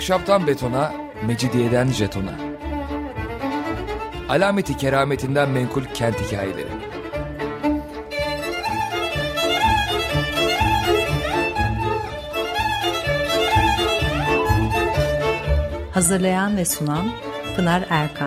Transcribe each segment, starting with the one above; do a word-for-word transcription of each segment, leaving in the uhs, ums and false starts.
Ahşaptan betona, mecidiyeden jetona. Alameti kerametinden menkul kent hikayeleri. Hazırlayan ve sunan Pınar Erkan.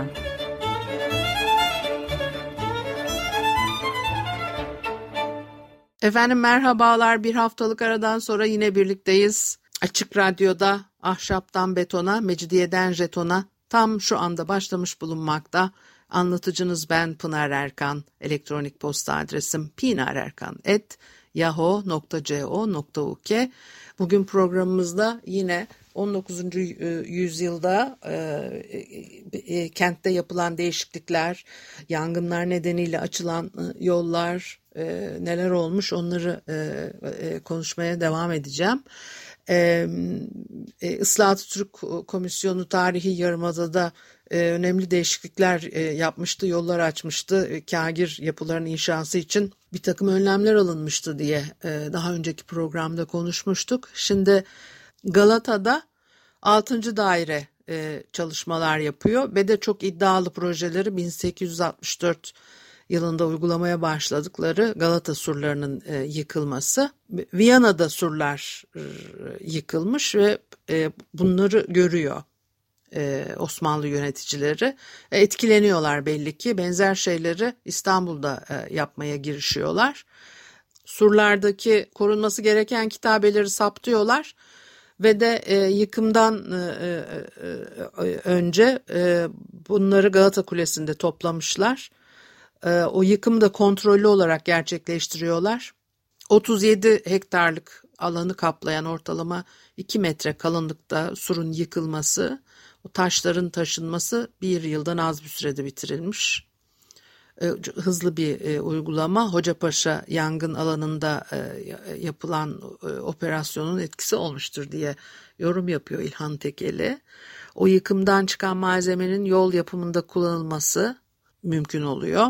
Efendim merhabalar, bir haftalık aradan sonra yine birlikteyiz. Açık Radyo'da Ahşaptan Betona, Mecidiyeden Jeton'a tam şu anda başlamış bulunmakta. Anlatıcınız ben Pınar Erkan. Elektronik posta adresim pinarerkan at yahoo nokta co nokta uk. Bugün programımızda yine on dokuzuncu yüzyılda e, e, kentte yapılan değişiklikler, yangınlar nedeniyle açılan e, yollar, e, neler olmuş onları e, e, konuşmaya devam edeceğim. E, e, Islahat Türk Komisyonu Tarihi Yarımada'da e, önemli değişiklikler e, yapmıştı, yollar açmıştı. E, kâgir yapıların inşası için bir takım önlemler alınmıştı diye e, daha önceki programda konuşmuştuk. Şimdi Galata'da altıncı daire e, çalışmalar yapıyor ve de çok iddialı projeleri bin sekiz yüz altmış dört yılında uygulamaya başladıkları Galata surlarının e, yıkılması. Viyana'da surlar e, yıkılmış ve e, bunları görüyor e, Osmanlı yöneticileri. E, etkileniyorlar belli ki. Benzer şeyleri İstanbul'da e, yapmaya girişiyorlar. Surlardaki korunması gereken kitabeleri saptıyorlar. Ve de e, yıkımdan e, e, önce e, bunları Galata Kulesi'nde toplamışlar. E, o yıkımı da kontrollü olarak gerçekleştiriyorlar. otuz yedi hektarlık alanı kaplayan ortalama iki metre kalınlıkta surun yıkılması, o taşların taşınması bir yıldan az bir sürede bitirilmiş. Hızlı bir uygulama. Hocapaşa yangın alanında yapılan operasyonun etkisi olmuştur diye yorum yapıyor İlhan Tekeli. O yıkımdan çıkan malzemenin yol yapımında kullanılması mümkün oluyor.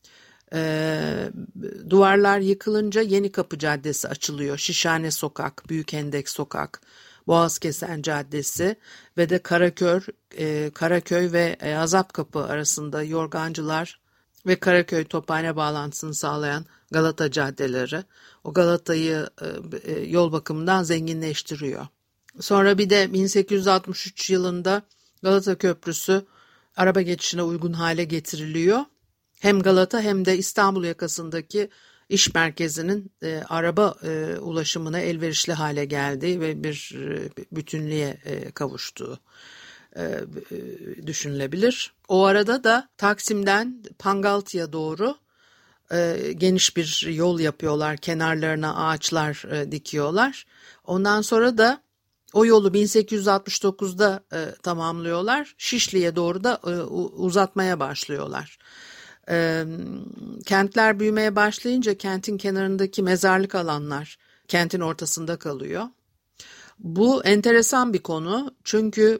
Duvarlar yıkılınca Yenikapı Caddesi açılıyor. Şişhane Sokak, Büyükhendek Sokak, Boğazkesen Caddesi ve de Karaköy, Karaköy ve Azapkapı arasında yorgancılar ve Karaköy Tophane bağlantısını sağlayan Galata caddeleri o Galata'yı e, yol bakımından zenginleştiriyor. Sonra bir de bin sekiz yüz altmış üç yılında Galata Köprüsü araba geçişine uygun hale getiriliyor. Hem Galata hem de İstanbul yakasındaki iş merkezinin e, araba e, ulaşımına elverişli hale geldiği ve bir e, bütünlüğe e, kavuştuğu düşünülebilir. O arada da Taksim'den Pangaltı'ya doğru e, geniş bir yol yapıyorlar. Kenarlarına ağaçlar e, dikiyorlar. Ondan sonra da o yolu bin sekiz yüz altmış dokuzda e, tamamlıyorlar. Şişli'ye doğru da e, uzatmaya başlıyorlar. E, kentler büyümeye başlayınca kentin kenarındaki mezarlık alanlar kentin ortasında kalıyor. Bu enteresan bir konu çünkü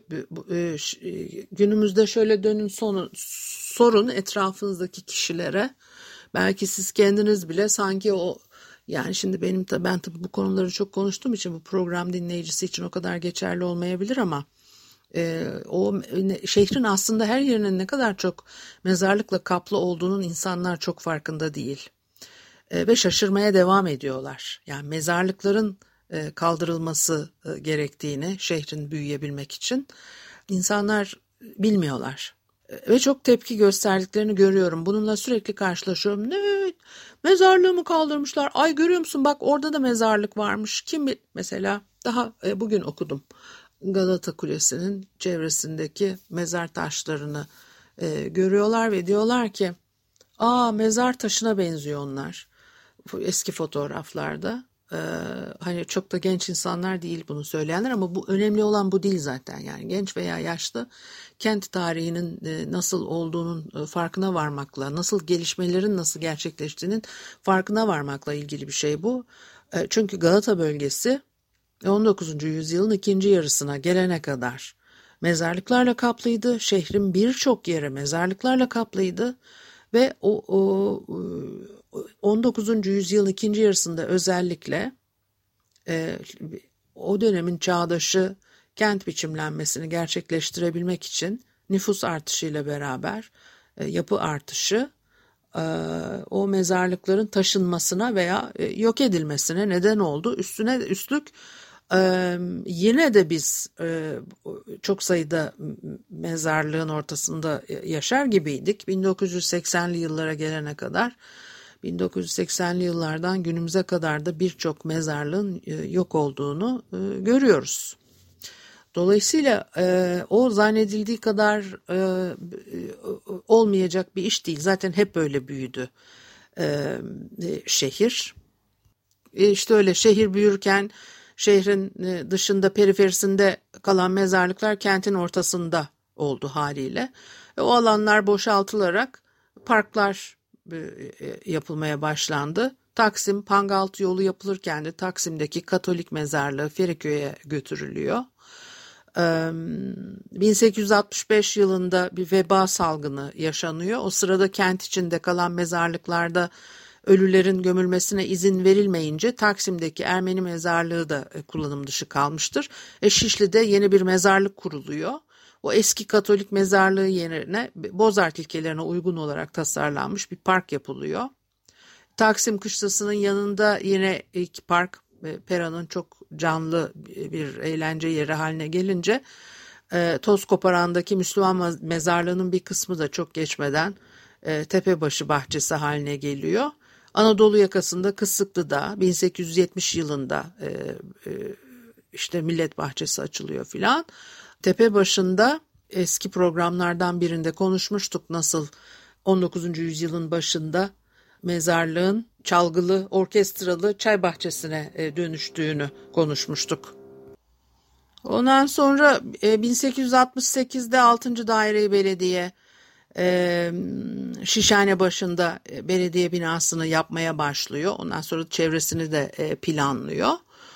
günümüzde şöyle dönün sonu, sorun etrafınızdaki kişilere, belki siz kendiniz bile sanki o, yani şimdi benim ben tabii bu konuları çok konuştuğum için bu program dinleyicisi için o kadar geçerli olmayabilir ama e, o şehrin aslında her yerinin ne kadar çok mezarlıkla kaplı olduğunun insanlar çok farkında değil e, ve şaşırmaya devam ediyorlar. Yani mezarlıkların kaldırılması gerektiğini şehrin büyüyebilmek için insanlar bilmiyorlar. Ve çok tepki gösterdiklerini görüyorum. Bununla sürekli karşılaşıyorum. Ne? Mezarlığı mı kaldırmışlar? Ay görüyor musun? Bak orada da mezarlık varmış. Kim bil? Mesela daha bugün okudum. Galata Kulesi'nin çevresindeki mezar taşlarını görüyorlar ve diyorlar ki aa mezar taşına benziyor onlar. Eski fotoğraflarda. Ee, hani çok da genç insanlar değil bunu söyleyenler ama bu önemli olan bu değil zaten. Yani genç veya yaşlı kent tarihinin e, nasıl olduğunun e, farkına varmakla, nasıl gelişmelerin nasıl gerçekleştiğinin farkına varmakla ilgili bir şey bu. E, çünkü Galata bölgesi on dokuzuncu yüzyılın ikinci yarısına gelene kadar mezarlıklarla kaplıydı. Şehrin birçok yeri mezarlıklarla kaplıydı ve o, o on dokuzuncu yüzyılın ikinci yarısında özellikle e, o dönemin çağdaşı kent biçimlenmesini gerçekleştirebilmek için nüfus artışıyla beraber e, yapı artışı e, o mezarlıkların taşınmasına veya e, yok edilmesine neden oldu. Üstüne üstlük e, yine de biz e, çok sayıda mezarlığın ortasında yaşar gibiydik. bin dokuz yüz seksenli yıllara gelene kadar, bin dokuz yüz seksenli yıllardan günümüze kadar da birçok mezarlığın e, yok olduğunu e, görüyoruz. Dolayısıyla e, o zannedildiği kadar e, olmayacak bir iş değil. Zaten hep böyle büyüdü e, şehir. E, işte öyle şehir büyürken şehrin dışında, periferisinde kalan mezarlıklar kentin ortasında oldu haliyle. E, o alanlar boşaltılarak parklar e, yapılmaya başlandı. Taksim Pangaltı yolu yapılırken de Taksim'deki Katolik mezarlığı Feriköy'e götürülüyor. bin sekiz yüz altmış beş yılında bir veba salgını yaşanıyor. O sırada kent içinde kalan mezarlıklarda ölülerin gömülmesine izin verilmeyince Taksim'deki Ermeni mezarlığı da kullanım dışı kalmıştır. E Şişli'de yeni bir mezarlık kuruluyor. O eski Katolik mezarlığı yerine Bozart ilkelerine uygun olarak tasarlanmış bir park yapılıyor. Taksim Kışlası'nın yanında yine ilk park, Pera'nın çok canlı bir eğlence yeri haline gelince e, Tozkoparan'daki Müslüman mezarlığının bir kısmı da çok geçmeden e, Tepebaşı bahçesi haline geliyor. Anadolu yakasında Kısıklı'da bin sekiz yüz yetmiş yılında e, e, işte Millet Bahçesi açılıyor filan. Tepebaşı'nda eski programlardan birinde konuşmuştuk nasıl on dokuzuncu yüzyılın başında mezarlığın çalgılı, orkestralı çay bahçesine dönüştüğünü konuşmuştuk. Ondan sonra bin sekiz yüz altmış sekizde altıncı Daire Belediye Şişhane başında belediye binasını yapmaya başlıyor. Ondan sonra çevresini de planlıyor.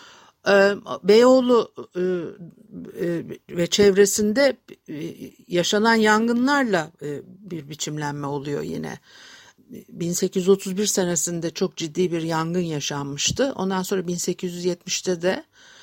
Beyoğlu ve çevresinde yaşanan yangınlarla bir biçimlenme oluyor yine. bin sekiz yüz otuz bir senesinde çok ciddi bir yangın yaşanmıştı. Ondan sonra bin sekiz yüz yetmişte de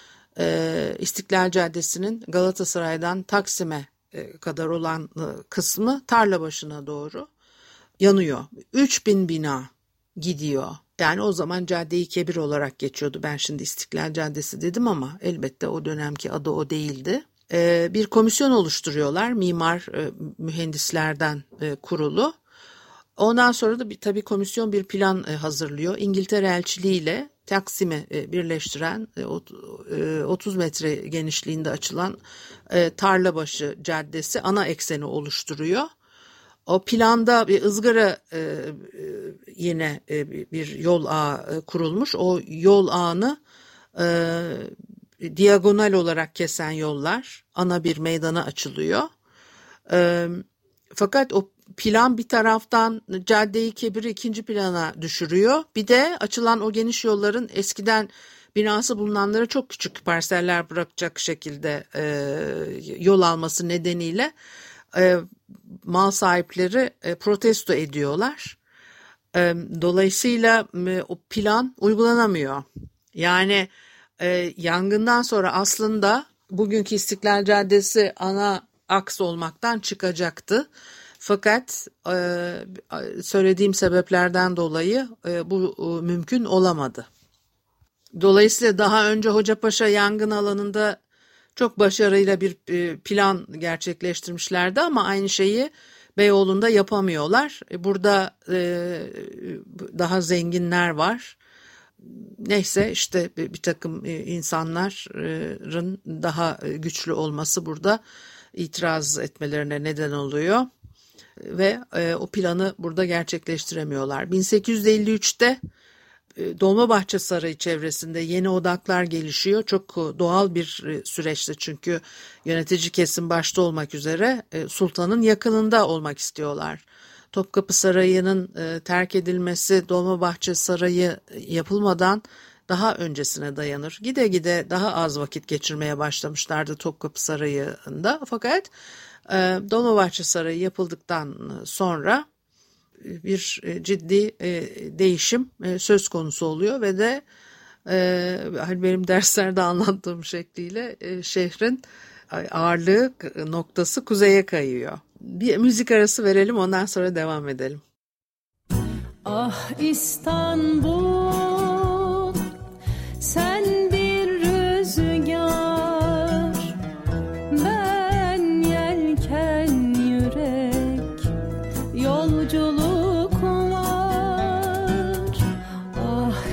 e, İstiklal Caddesi'nin Galatasaray'dan Taksim'e e, kadar olan e, kısmı Tarlabaşı'na doğru yanıyor. üç bin bina gidiyor. Yani o zaman Cadde-i Kebir olarak geçiyordu. Ben şimdi İstiklal Caddesi dedim ama elbette o dönemki adı o değildi. E, bir komisyon oluşturuyorlar. Mimar e, mühendislerden e, kurulu. Ondan sonra da bir, tabii komisyon bir plan e, hazırlıyor. İngiltere elçiliği ile Taksim'i e, birleştiren e, otuz metre genişliğinde açılan e, Tarlabaşı Caddesi ana ekseni oluşturuyor. O planda bir ızgara e, e, yine e, bir yol ağı e, kurulmuş. O yol ağını e, diagonal olarak kesen yollar ana bir meydana açılıyor. E, fakat o plan bir taraftan Cadde-i Kebir'i ikinci plana düşürüyor. Bir de açılan o geniş yolların eskiden binası bulunanlara çok küçük parseller bırakacak şekilde e, yol alması nedeniyle e, mal sahipleri e, protesto ediyorlar. E, dolayısıyla e, o plan uygulanamıyor. Yani e, yangından sonra aslında bugünkü İstiklal Caddesi ana aks olmaktan çıkacaktı. Fakat e, söylediğim sebeplerden dolayı e, bu e, mümkün olamadı. Dolayısıyla daha önce Hocapaşa yangın alanında çok başarıyla bir e, plan gerçekleştirmişlerdi ama aynı şeyi Beyoğlu'nda yapamıyorlar. E, burada e, daha zenginler var. Neyse işte bir, bir takım e, insanların daha güçlü olması burada itiraz etmelerine neden oluyor. Ve e, o planı burada gerçekleştiremiyorlar. bin sekiz yüz elli üçte e, Dolmabahçe Sarayı çevresinde yeni odaklar gelişiyor. Çok doğal bir e, süreçti çünkü yönetici kesim başta olmak üzere e, sultanın yakınında olmak istiyorlar. Topkapı Sarayı'nın e, terk edilmesi Dolmabahçe Sarayı yapılmadan daha öncesine dayanır. Gide gide daha az vakit geçirmeye başlamışlardı Topkapı Sarayı'nda fakat Dolmabahçe Sarayı yapıldıktan sonra bir ciddi değişim söz konusu oluyor ve de e, hani benim derslerde anlattığım şekliyle e, şehrin ağırlığı noktası kuzeye kayıyor. Bir müzik arası verelim, ondan sonra devam edelim. Ah İstanbul, sen bir rüzgar, ben yelken yürek, yolculuk var. Ah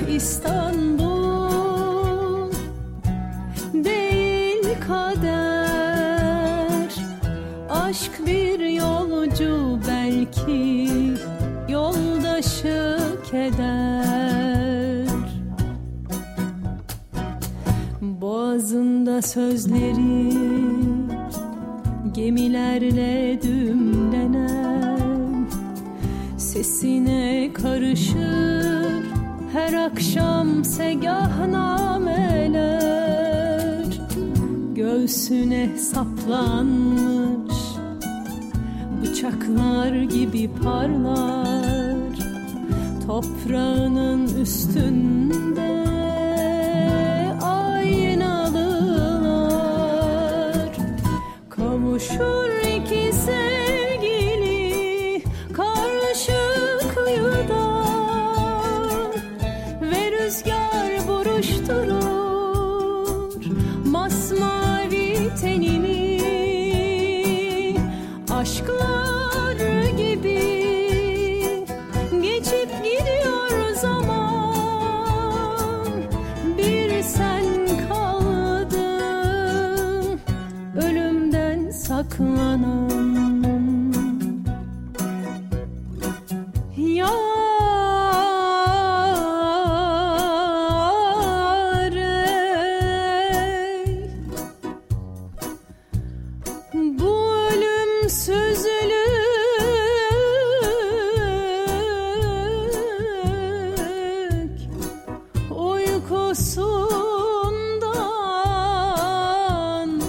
İstanbul, değil kader, aşk bir yolcu belki, yoldaşı keder. Boğazında sözleri gemilerle dümlenen, sesine karışır her akşam segahnameler. Göğsüne saplanmış bıçaklar gibi parlar, toprağının üstünde aynalılar. Kavuşur iki sevgili karşı kıyıda ve rüzgar buruşturur masmavi tenini. Aşklar gibi geçip gidiyor zaman, bir sen kaldın ölümden saklanan. Yar ey, bu ölümsüzlük uykusundan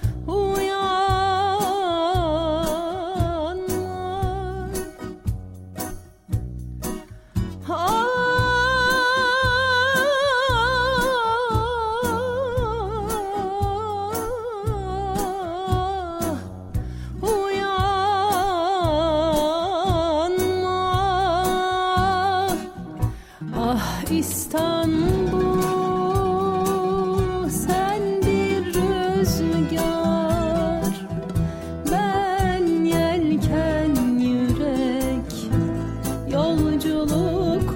uyanmak. Ah, uyanma. Ah İstanbul, sen bir rüzgar, ben yelken yürek, yolculuk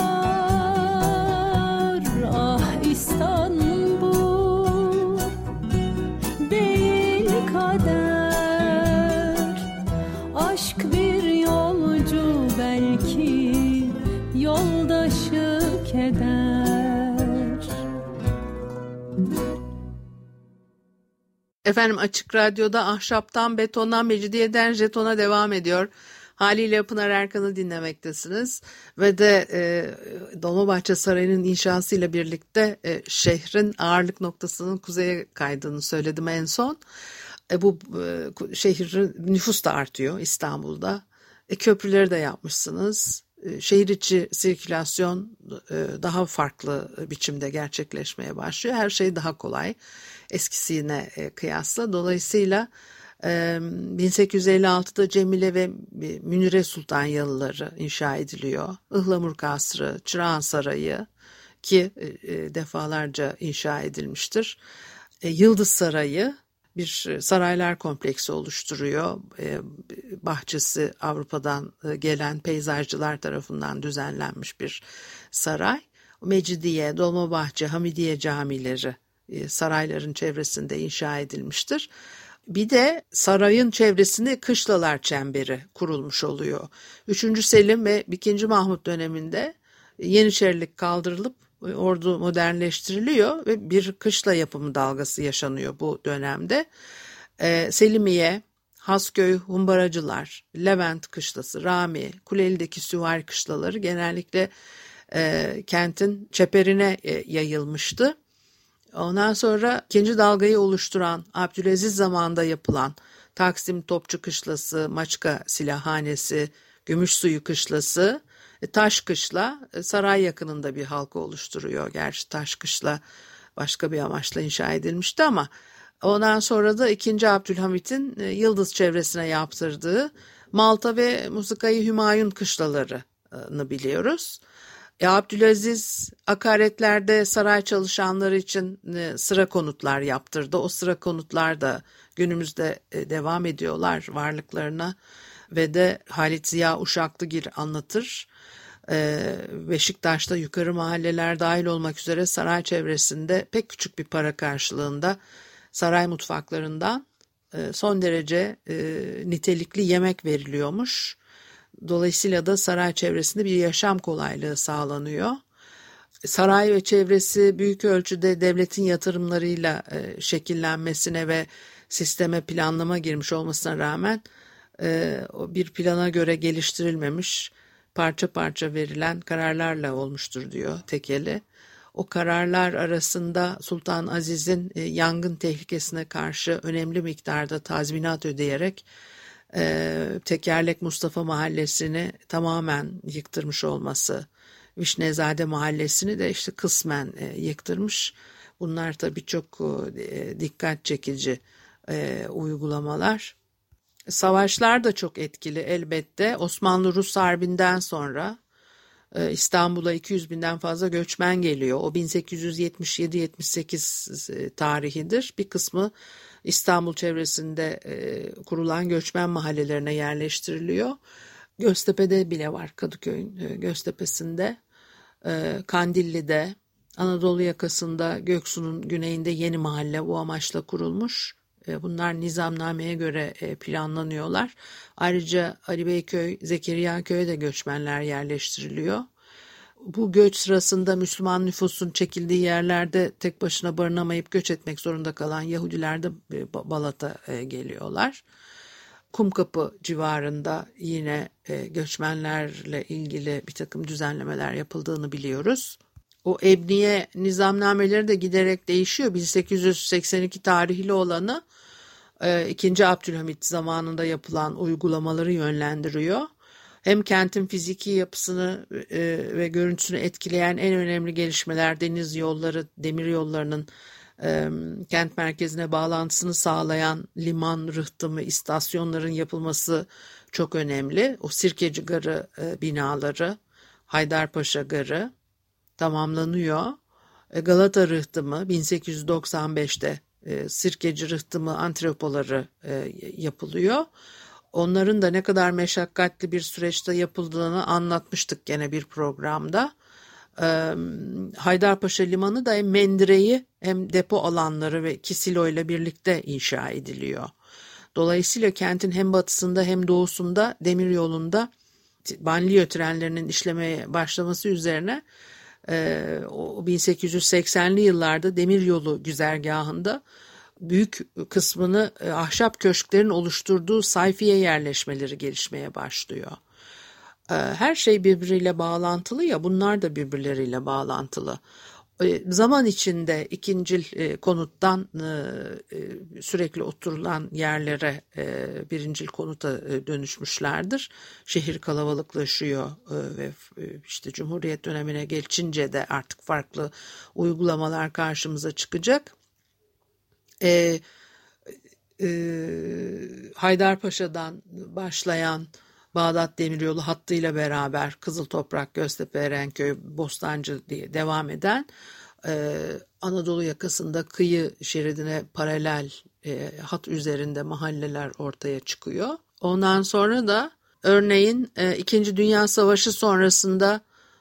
var. Ah İstanbul, değil kader, aşk bir yolcu belki, yoldaşı keder. Efendim, Açık Radyo'da Ahşaptan Betona, Mecidiyeden Jeton'a devam ediyor. Haliyle Pınar Erkan'ı dinlemektesiniz. Ve de e, Dolmabahçe Sarayı'nın inşasıyla birlikte e, şehrin ağırlık noktasının kuzeye kaydığını söyledim en son. E, bu e, şehrin nüfus da artıyor İstanbul'da. E, köprüleri de yapmışsınız. E, şehir içi sirkülasyon e, daha farklı biçimde gerçekleşmeye başlıyor. Her şey daha kolay eskisine e, kıyasla. Dolayısıyla e, bin sekiz yüz elli altıda Cemile ve Münire Sultan Yalıları inşa ediliyor. Ihlamur Kasrı, Çırağan Sarayı ki e, defalarca inşa edilmiştir. E, Yıldız Sarayı bir saraylar kompleksi oluşturuyor. Bahçesi Avrupa'dan gelen peyzajcılar tarafından düzenlenmiş bir saray. Mecidiye, Dolmabahçe, Hamidiye camileri sarayların çevresinde inşa edilmiştir. Bir de sarayın çevresinde kışlalar çemberi kurulmuş oluyor. Üçüncü Selim ve ikinci Mahmut döneminde Yeniçerilik kaldırılıp ordu modernleştiriliyor ve bir kışla yapımı dalgası yaşanıyor bu dönemde. Ee, Selimiye, Hasköy, Humbaracılar, Levent kışlası, Rami, Kuleli'deki süvari kışlaları genellikle e, kentin çeperine e, yayılmıştı. Ondan sonra ikinci dalgayı oluşturan Abdülaziz zamanında yapılan Taksim Topçu Kışlası, Maçka Silahhanesi, Gümüşsuyu Kışlası, Taşkışla saray yakınında bir halka oluşturuyor. Gerçi Taşkışla başka bir amaçla inşa edilmişti ama ondan sonra da ikinci. Abdülhamit'in Yıldız çevresine yaptırdığı Malta ve Musikayı Hümayun kışlalarını biliyoruz. E, Abdülaziz akaretlerde saray çalışanları için e, sıra konutlar yaptırdı. O sıra konutlar da günümüzde e, devam ediyorlar varlıklarına ve de Halit Ziya Uşaklıgil anlatır. E, Beşiktaş'ta yukarı mahalleler dahil olmak üzere saray çevresinde pek küçük bir para karşılığında saray mutfaklarından e, son derece e, nitelikli yemek veriliyormuş. Dolayısıyla da saray çevresinde bir yaşam kolaylığı sağlanıyor. Saray ve çevresi büyük ölçüde devletin yatırımlarıyla e, şekillenmesine ve sisteme planlama girmiş olmasına rağmen e, bir plana göre geliştirilmemiş, parça parça verilen kararlarla olmuştur diyor Tekeli. O kararlar arasında Sultan Aziz'in e, yangın tehlikesine karşı önemli miktarda tazminat ödeyerek e, Tekerlek Mustafa Mahallesi'ni tamamen yıktırmış olması, Vişnezade Mahallesi'ni de işte kısmen e, yıktırmış. Bunlar tabii çok e, dikkat çekici e, uygulamalar. Savaşlar da çok etkili elbette. Osmanlı-Rus Harbi'nden sonra e, İstanbul'a iki yüz binden fazla göçmen geliyor. O bin sekiz yüz yetmiş yedi yetmiş sekiz tarihidir. Bir kısmı İstanbul çevresinde e, kurulan göçmen mahallelerine yerleştiriliyor. Göztepe'de bile var, Kadıköy'ün e, Göztepe'sinde, e, Kandilli'de, Anadolu yakasında Göksu'nun güneyinde Yeni Mahalle bu amaçla kurulmuş. E, bunlar nizamnameye göre e, planlanıyorlar. Ayrıca Ali Beyköy, Zekeriya Köy'e de göçmenler yerleştiriliyor. Bu göç sırasında Müslüman nüfusun çekildiği yerlerde tek başına barınamayıp göç etmek zorunda kalan Yahudiler de Balat'a geliyorlar. Kumkapı civarında yine göçmenlerle ilgili bir takım düzenlemeler yapıldığını biliyoruz. O ebniye nizamnameleri de giderek değişiyor. bin sekiz yüz seksen iki tarihli olanı ikinci. Abdülhamit zamanında yapılan uygulamaları yönlendiriyor. Hem kentin fiziki yapısını e, ve görüntüsünü etkileyen en önemli gelişmeler deniz yolları, demir yollarının e, kent merkezine bağlantısını sağlayan liman rıhtımı, istasyonların yapılması çok önemli. O Sirkeci Garı e, binaları, Haydarpaşa Garı tamamlanıyor. E, Galata rıhtımı bin sekiz yüz doksan beşte e, Sirkeci rıhtımı antropoları e, yapılıyor. Onların da ne kadar meşakkatli bir süreçte yapıldığını anlatmıştık gene bir programda. Ee, Haydarpaşa Limanı da hem mendireyi hem depo alanları ve Kisilo ile birlikte inşa ediliyor. Dolayısıyla kentin hem batısında hem doğusunda demiryolunda banliyö trenlerinin işlemeye başlaması üzerine e, o bin sekiz yüz seksenli yıllarda demiryolu güzergahında büyük kısmını ahşap köşklerin oluşturduğu sayfiye yerleşmeleri gelişmeye başlıyor. Her şey birbiriyle bağlantılı ya, bunlar da birbirleriyle bağlantılı. Zaman içinde ikincil konuttan sürekli oturulan yerlere birincil konuta dönüşmüşlerdir. Şehir kalabalıklaşıyor ve işte Cumhuriyet dönemine geçince de artık farklı uygulamalar karşımıza çıkacak. E, e, Haydarpaşa'dan başlayan Bağdat Demiryolu hattıyla beraber Kızıltoprak, Göztepe, Erenköy, Bostancı diye devam eden e, Anadolu yakasında kıyı şeridine paralel e, hat üzerinde mahalleler ortaya çıkıyor. Ondan sonra da örneğin e, İkinci Dünya Savaşı sonrasında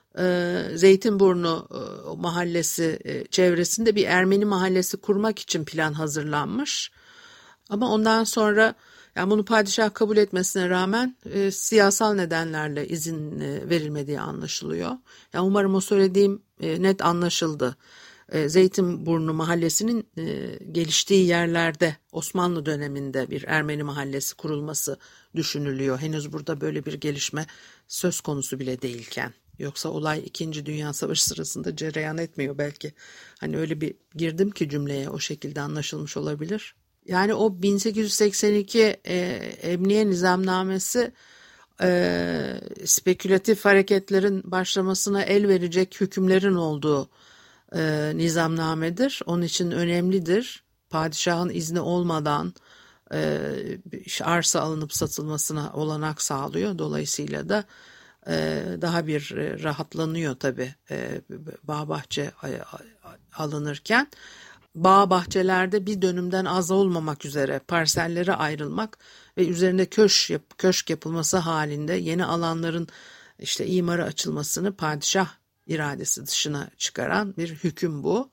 Zeytinburnu mahallesi çevresinde bir Ermeni mahallesi kurmak için plan hazırlanmış. Ama ondan sonra yani bunu padişah kabul etmesine rağmen e, siyasal nedenlerle izin e, verilmediği anlaşılıyor. Yani umarım o söylediğim e, net anlaşıldı. E, Zeytinburnu mahallesinin e, geliştiği yerlerde Osmanlı döneminde bir Ermeni mahallesi kurulması düşünülüyor. Henüz burada böyle bir gelişme söz konusu bile değilken. Yoksa olay İkinci Dünya Savaşı sırasında cereyan etmiyor belki. Hani öyle bir girdim ki cümleye, o şekilde anlaşılmış olabilir. Yani o bin sekiz yüz seksen iki e, Emniye Nizamnamesi e, spekülatif hareketlerin başlamasına el verecek hükümlerin olduğu e, nizamnamedir. Onun için önemlidir. Padişahın izni olmadan e, arsa alınıp satılmasına olanak sağlıyor. Dolayısıyla da e, daha bir e, rahatlanıyor tabii e, bağ bahçe alınırken. Bağ bahçelerde bir dönümden az olmamak üzere parsellere ayrılmak ve üzerinde köşk, yap, köşk yapılması halinde yeni alanların işte imara açılmasını padişah iradesi dışına çıkaran bir hüküm bu.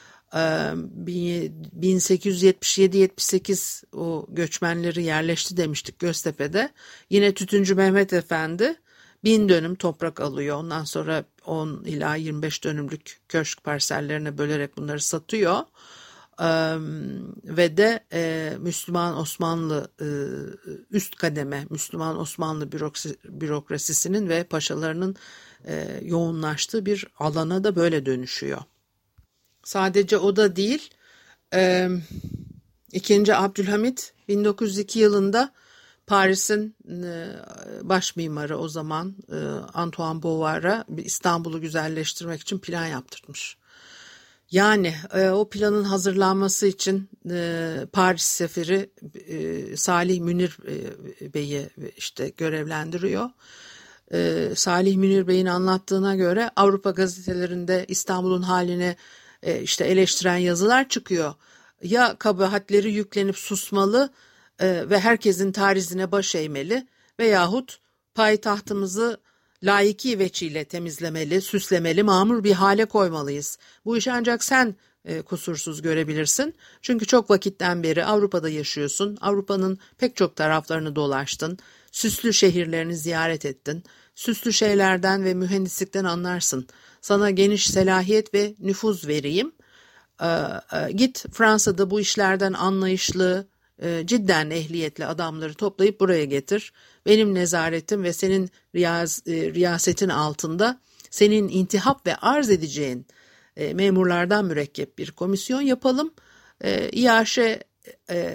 bin sekiz yüz yetmiş yedi yetmiş sekiz o göçmenleri yerleşti demiştik Göztepe'de. Yine Tütüncü Mehmet Efendi bin dönüm toprak alıyor. Ondan sonra on ila yirmi beş dönümlük köşk parsellerine bölerek bunları satıyor. Ee, ve de e, Müslüman Osmanlı e, üst kademe Müslüman Osmanlı bürokrasi, bürokrasisinin ve paşalarının e, yoğunlaştığı bir alana da böyle dönüşüyor. Sadece o da değil, e, ikinci. Abdülhamit bin dokuz yüz iki yılında Paris'in e, baş mimarı o zaman e, Antoine Bouvard'a İstanbul'u güzelleştirmek için plan yaptırmış. Yani e, o planın hazırlanması için e, Paris seferi e, Salih Münir e, Bey'i işte görevlendiriyor. E, Salih Münir Bey'in anlattığına göre Avrupa gazetelerinde İstanbul'un haline e, işte eleştiren yazılar çıkıyor. Ya kabahatleri yüklenip susmalı e, ve herkesin tarizine baş eğmeli veyahut payitahtımızı layıki veçiyle temizlemeli, süslemeli, mamur bir hale koymalıyız. Bu işi ancak sen e, kusursuz görebilirsin. Çünkü çok vakitten beri Avrupa'da yaşıyorsun. Avrupa'nın pek çok taraflarını dolaştın. Süslü şehirlerini ziyaret ettin. Süslü şeylerden ve mühendislikten anlarsın. Sana geniş selahiyet ve nüfuz vereyim. E, e, git Fransa'da bu işlerden anlayışlı, e, cidden ehliyetli adamları toplayıp buraya getir. Benim nezaretim ve senin riyaz, e, riyasetin altında senin intihap ve arz edeceğin e, memurlardan mürekkep bir komisyon yapalım. E, İAŞ e, e,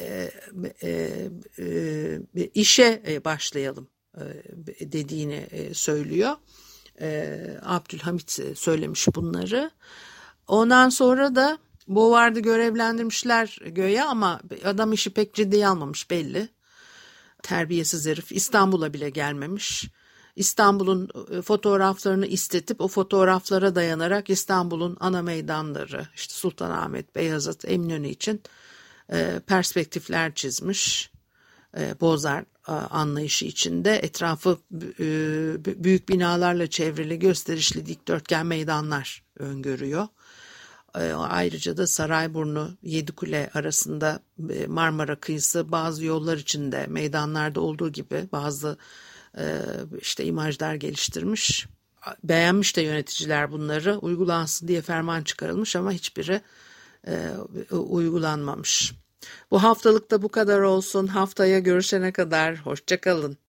e, e, işe e, başlayalım e, dediğini e, söylüyor. E, Abdülhamit söylemiş bunları. Ondan sonra da Bouvard'ı görevlendirmişler göğe ama adam işi pek ciddiye almamış belli. Terbiyesiz herif İstanbul'a bile gelmemiş. İstanbul'un fotoğraflarını istetip o fotoğraflara dayanarak İstanbul'un ana meydanları işte Sultanahmet, Beyazıt, Eminönü için perspektifler çizmiş. Bozar anlayışı içinde etrafı büyük binalarla çevrili gösterişli dikdörtgen meydanlar öngörüyor. Ayrıca da Sarayburnu, Yedikule arasında Marmara kıyısı bazı yollar içinde meydanlarda olduğu gibi bazı işte imajlar geliştirmiş. Beğenmiş de yöneticiler bunları, uygulansın diye ferman çıkarılmış ama hiçbiri uygulanmamış. Bu haftalık da bu kadar olsun. Haftaya görüşene kadar hoşça kalın.